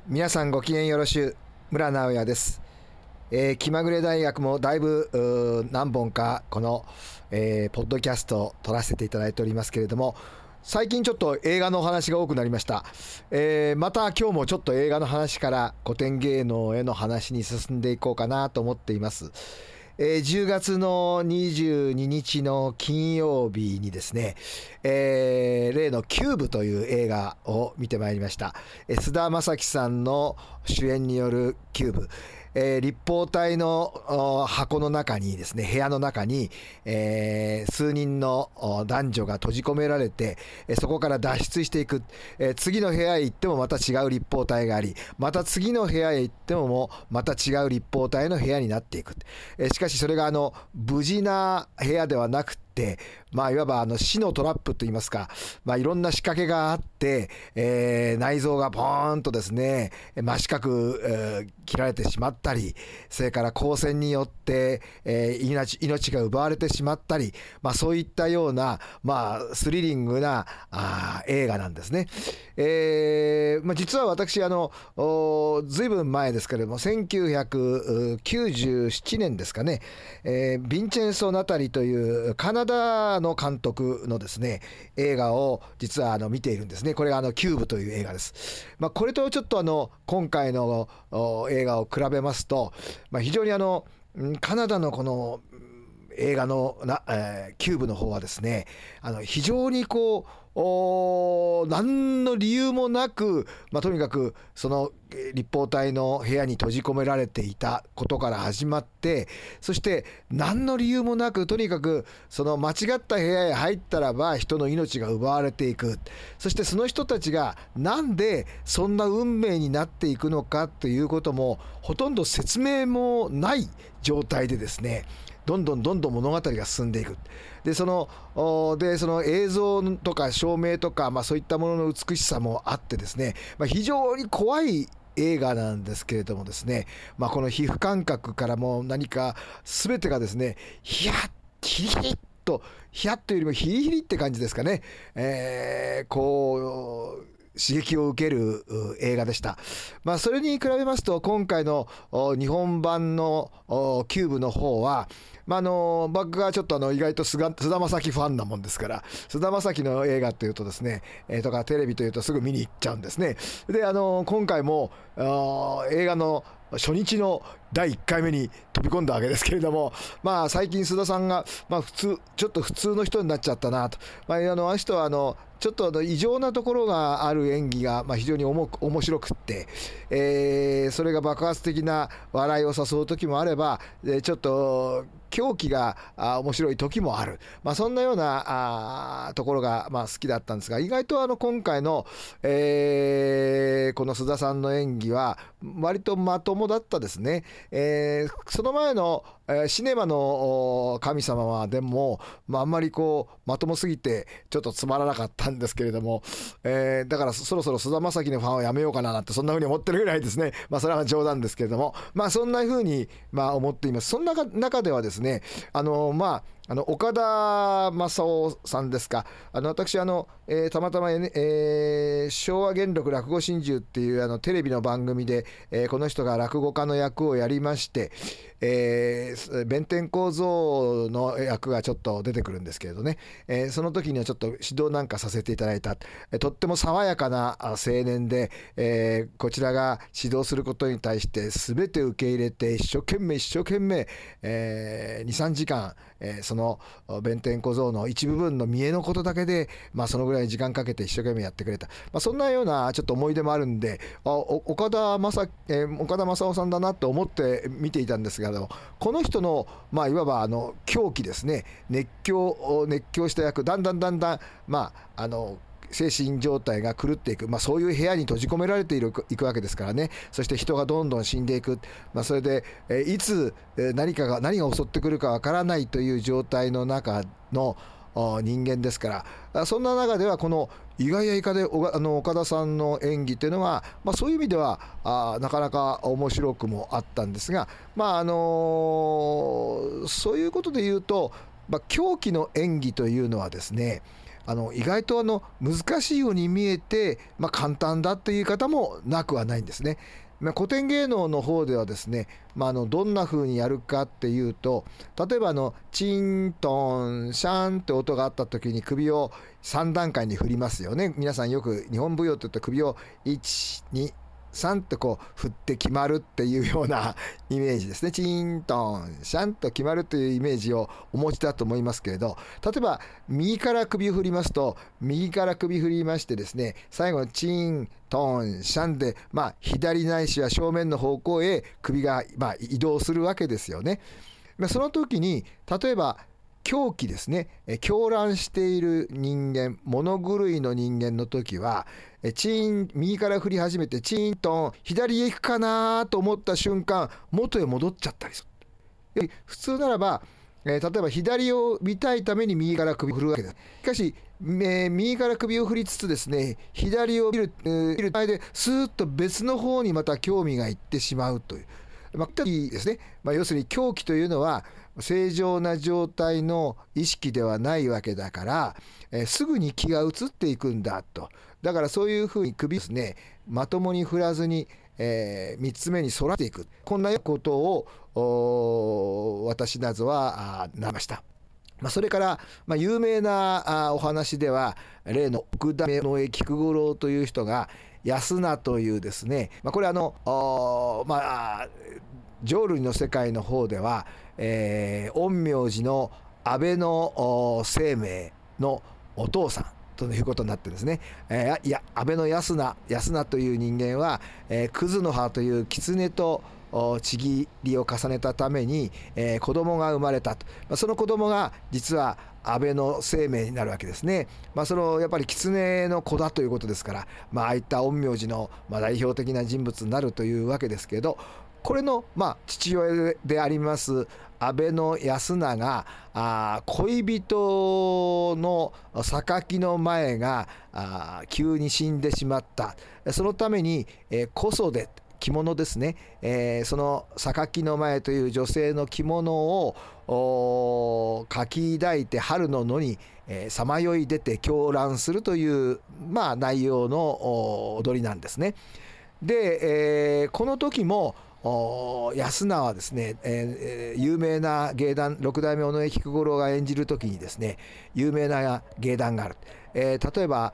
皆さんご機嫌よろしゅう、村直哉です。気まぐれ大学もだいぶ何本かこの、ポッドキャストを撮らせていただいておりますけれども、最近ちょっと映画のお話が多くなりました。また今日もちょっと映画の話から古典芸能への話に進んでいこうかなと思っています。10月の22日の金曜日にですね、例のキューブという映画を見てまいりました。菅田将暉さんの主演によるキューブ、立方体の箱の中にですね、部屋の中に、数人の男女が閉じ込められて、そこから脱出していく。次の部屋へ行ってもまた違う立方体があり、また次の部屋へ行ってもまた違う立方体の部屋になっていく。しかしそれが無事な部屋ではなくて、いわば死のトラップといいますか、いろんな仕掛けがあって、内臓がポーンとですね真四角、切られてしまったり、それから光線によって、命が奪われてしまったり、そういったような、スリリングな映画なんですね。実は私ずいぶん前ですけれども、1997年ですかね、ヴィンチェンソ・ナタリというカナダの監督のですね映画を実は見ているんですね。これがキューブという映画です。これとちょっと今回の映画を比べますと、非常にカナダのこの映画のキューブの方はですね、非常に何の理由もなく、とにかくその立方体の部屋に閉じ込められていたことから始まって、そして何の理由もなくとにかくその間違った部屋へ入ったらば人の命が奪われていく。そしてその人たちがなんでそんな運命になっていくのかということもほとんど説明もない状態でですね、どんどん物語が進んでいく。でその映像とか照明とか、そういったものの美しさもあってですね、非常に怖い映画なんですけれどもですね、この皮膚感覚からも何か全てがですね、ヒリヒリっと、ヒヤッというよりもヒリヒリって感じですかね、刺激を受ける映画でした。それに比べますと今回の日本版のキューブの方は、僕がちょっと意外と菅田将暉ファンなもんですから、菅田将暉の映画というとですね、とかテレビというとすぐ見に行っちゃうんですね。で今回も映画の初日の第1回目に飛び込んだわけですけれども、最近須田さんが、ちょっと普通の人になっちゃったなと。あの人はちょっと異常なところがある演技が非常に面白くって、それが爆発的な笑いを誘う時もあれば、ちょっと狂気が面白い時もある、そんなようなところが好きだったんですが、意外と今回の、この須田さんの演技は割とまともだったですね。その前のシネマの神様でも、あんまりまともすぎてちょっとつまらなかったんですけれども、だからそろそろ菅田将暉のファンをやめようかななんてそんな風に思ってるぐらいですね。それは冗談ですけれども、そんな風に思っています。そんな中ではですね、岡田正夫さんですか。私たまたま、昭和元禄落語心中っていうテレビの番組で、この人が落語家の役をやりまして、弁天小僧の役がちょっと出てくるんですけれどね、その時にはちょっと指導なんかさせていただいた。とっても爽やかな青年で、こちらが指導することに対して全て受け入れて一生懸命、2、3時間、その弁天小僧の一部分の見栄のことだけで、そのぐらいの時間かけて一生懸命やってくれた、そんなようなちょっと思い出もあるんで、岡田正夫さんだなと思って見ていたんですが、この人の、いわば狂気ですね、熱狂した役、だんだん精神状態が狂っていく、そういう部屋に閉じ込められていくわけですからね。そして人がどんどん死んでいく、それで、いつ何が襲ってくるかわからないという状態の中の人間ですから、そんな中ではこの意外や意外で岡田さんの演技というのは、そういう意味ではなかなか面白くもあったんですが、そういうことで言うと、狂気の演技というのはですね、 意外と難しいように見えて、簡単だという方もなくはないんですね。古典芸能の方ではですね、どんな風にやるかっていうと、例えばチントンシャンって音があった時に首を3段階に振りますよね。皆さんよく日本舞踊って言うと首を1、2、3ってこう振って決まるっていうようなイメージですね。チントンシャンと決まるというイメージをお持ちだと思いますけれど、例えば右から首を振りますと、右から首振りましてですね、最後のチントンシャンで、左ないしは正面の方向へ首が移動するわけですよね。その時に例えば狂気ですね、狂乱している人間、物狂いの人間の時は右から振り始めてチントン左へ行くかなと思った瞬間、元へ戻っちゃったりする。普通ならば、例えば左を見たいために右から首を振るわけです。しかし、右から首を振りつつですね、左を見る前でスーッと別の方にまた興味がいってしまうという。いいですね。要するに狂気というのは正常な状態の意識ではないわけだから、すぐに気が移っていくんだと。だからそういうふうに首ですね、まともに振らずに、3つ目に反らしていく、こんなことを私などはなりました。それから、有名なお話では、例の奥田目尾上菊五郎という人が安名というですね、これ浄瑠璃の世界の方では、陰陽師の安倍晴明のお父さんということになってですね、安倍安名という人間は、葛の葉という狐とちぎりを重ねたために、子供が生まれたと、その子供が実は安倍晴明になるわけですね。やっぱり狐の子だということですから、ああいった陰陽師の代表的な人物になるというわけですけど、これの父親であります安倍安名が恋人の榊の前が急に死んでしまった。そのために小袖、着物ですね、その榊の前という女性の着物をかき抱いて春の野にさまよい出て狂乱するという内容の踊りなんですね。で、この時も安名はですね、有名な芸談、六代目尾上菊五郎が演じる時にですね、有名な芸談がある。例えば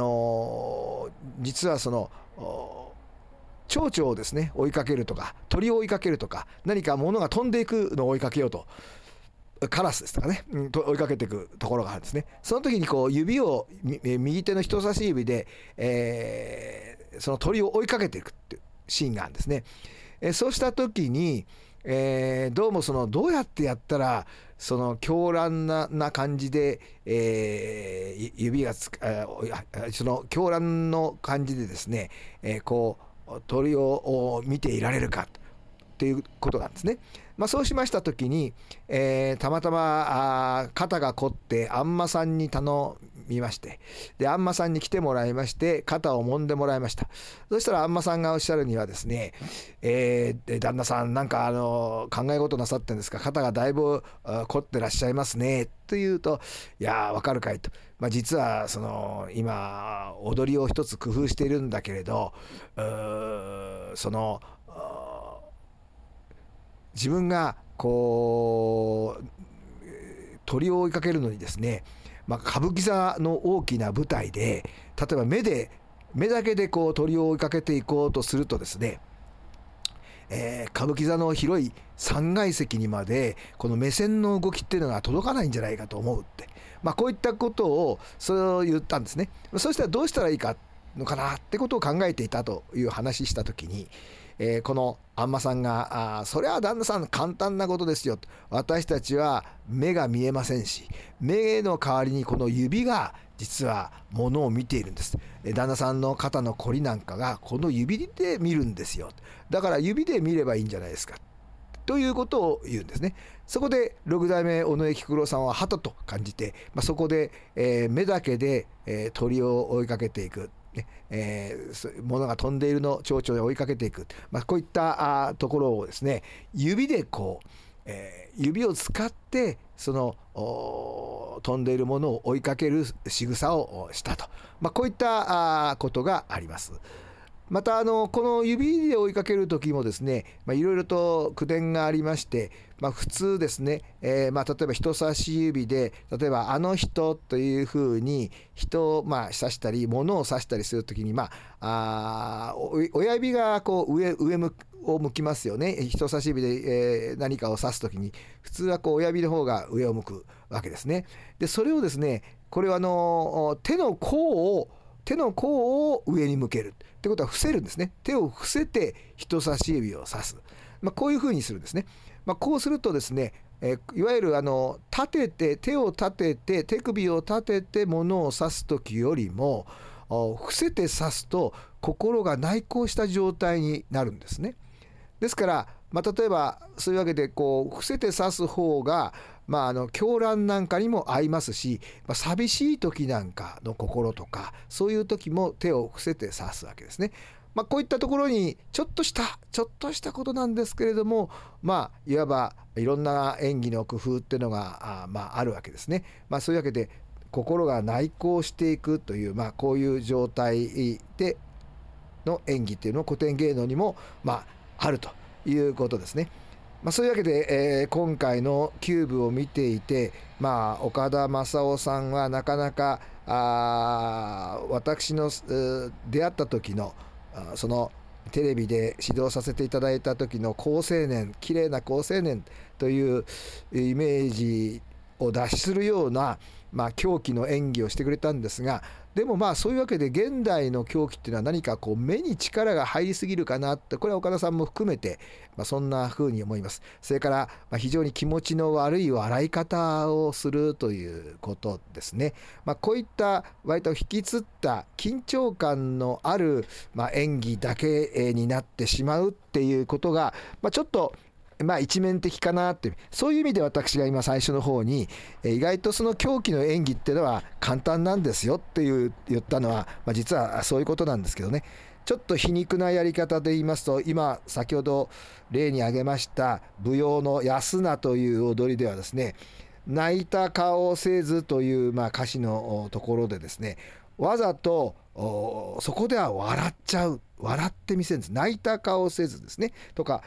実はその蝶々をですね追いかけるとか、鳥を追いかけるとか、何か物が飛んでいくのを追いかけようと、カラスですとかね、追いかけていくところがあるんですね。その時に指を右手の人差し指で、その鳥を追いかけていくっていうシーンがあるんですね。そうした時に、どうもどうやってやったらその狂乱な感じで、指がその狂乱の感じでですね、鳥を見ていられるかということなんですね。そうしました時に、たまたま肩が凝ってあんまさんに頼みまして、であんまさんに来てもらいまして肩を揉んでもらいました。そしたらあんまさんがおっしゃるにはですね、旦那さんなんか考え事なさってんですか、肩がだいぶ凝ってらっしゃいますねと言うと、いやわかるかいと、実は今踊りを一つ工夫しているんだけれど、自分が鳥を追いかけるのにですね、歌舞伎座の大きな舞台で、例えば目だけで鳥を追いかけていこうとするとですね、歌舞伎座の広い3階席にまでこの目線の動きっていうのが届かないんじゃないかと思うって、こういったことを言ったんですね。そうしたらどうしたらいいかのかなってことを考えていたという話した時に、このあんまさんがそれは旦那さん簡単なことですよと、私たちは目が見えませんし、目の代わりにこの指が実はものを見ているんです。旦那さんの肩のこりなんかがこの指で見るんですよ。だから指で見ればいいんじゃないですかということを言うんですね。そこで六代目尾上菊五郎さんははたと感じて、そこで、目だけで、鳥を追いかけていく、物が飛んでいるのを蝶々で追いかけていく、こういったところをですね、指で指を使ってその飛んでいるものを追いかける仕草をしたと、こういったことがあります。またこの指で追いかける時もですね、いろいろと口伝がありまして、普通ですね、例えば人差し指で例えばあの人というふうに人を指したり物を指したりする時に親指がこう上を向きますよね。人差し指で、何かを指す時に普通はこう親指の方が上を向くわけですね。でそれをですね、これは手の甲を上に向けるってことは伏せるんですね。手を伏せて人差し指を指す、こういうふうにするんですね。こうするとですね、いわゆる手を立てて手首を立てて物を指す時よりも伏せて指すと心が内向した状態になるんですね。ですから、例えばそういうわけで伏せて指す方が狂乱なんかにも合いますし、寂しい時なんかの心とかそういう時も手を伏せて指すわけですね。こういったところにちょっとしたことなんですけれども、いわばいろんな演技の工夫っていうのがあるわけですね。そういうわけで心が内向していくという、こういう状態での演技っていうのを古典芸能にもあるということですね。そういうわけで、今回のキューブを見ていて、岡田正夫さんはなかなか私の出会った時のそのテレビで指導させていただいた時の好青年、綺麗な好青年というイメージを脱するような狂気の演技をしてくれたんですが、でもそういうわけで現代の狂気っていうのは何か目に力が入りすぎるかなって、これは岡田さんも含めてそんな風に思います。それから非常に気持ちの悪い笑い方をするということですね。こういった割と引きつった緊張感のある演技だけになってしまうっていうことがちょっと一面的かなって、そういう意味で私が今最初の方に意外とその狂気の演技っていうのは簡単なんですよって言ったのは、実はそういうことなんですけどね。ちょっと皮肉なやり方で言いますと、今先ほど例に挙げました舞踊の安名という踊りではですね、泣いた顔をせずという歌詞のところでですね、わざとそこでは笑ってみせるんです。泣いた顔せずですねとか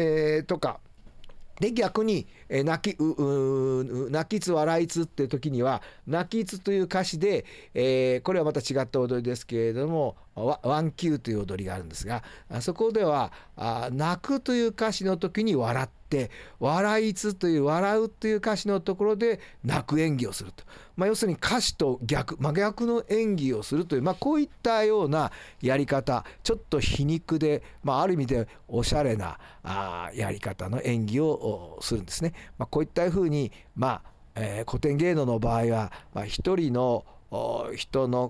で逆に泣きつ笑いつっていう時には泣きつという歌詞で、これはまた違った踊りですけれどもワンキューという踊りがあるんですが、そこでは泣くという歌詞の時に笑って笑いつという笑うという歌詞のところで泣く演技をすると、要するに歌詞と真逆の演技をするという、こういったようなやり方、ちょっと皮肉で、ある意味でおしゃれなやり方の演技をするんですね。こういったふうに、古典芸能の場合は、一人の人の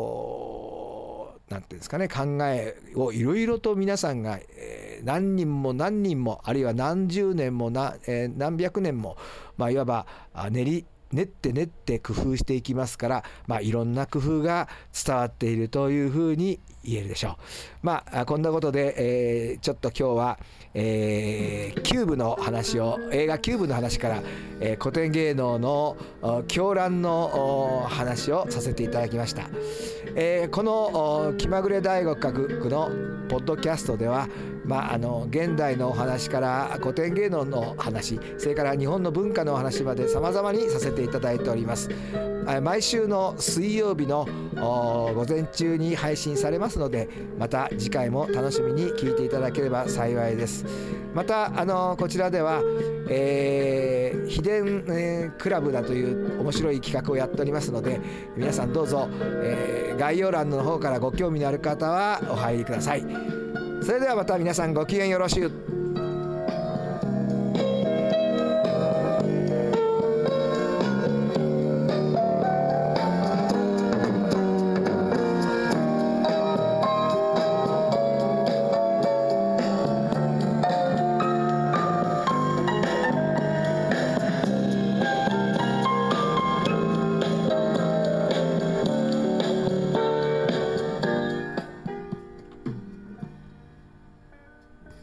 なんていうんですかね、考えをいろいろと皆さんが、何人もあるいは何十年も何百年も、いわば練って工夫していきますから、いろんな工夫が伝わっているというふうに言えるでしょう。こんなことで、ちょっと今日は、キューブの話を映画キューブの話から、古典芸能の狂乱の話をさせていただきました。この気まぐれ大学のポッドキャストでは、現代のお話から古典芸能の話、それから日本の文化のお話まで様々にさせていただいております。毎週の水曜日の午前中に配信されますので、また次回も楽しみに聞いていただければ幸いです。またこちらでは、秘伝、クラブだという面白い企画をやっておりますので、皆さんどうぞ、概要欄の方からご興味のある方はお入りください。それではまた皆さんごきげんよろしゅう。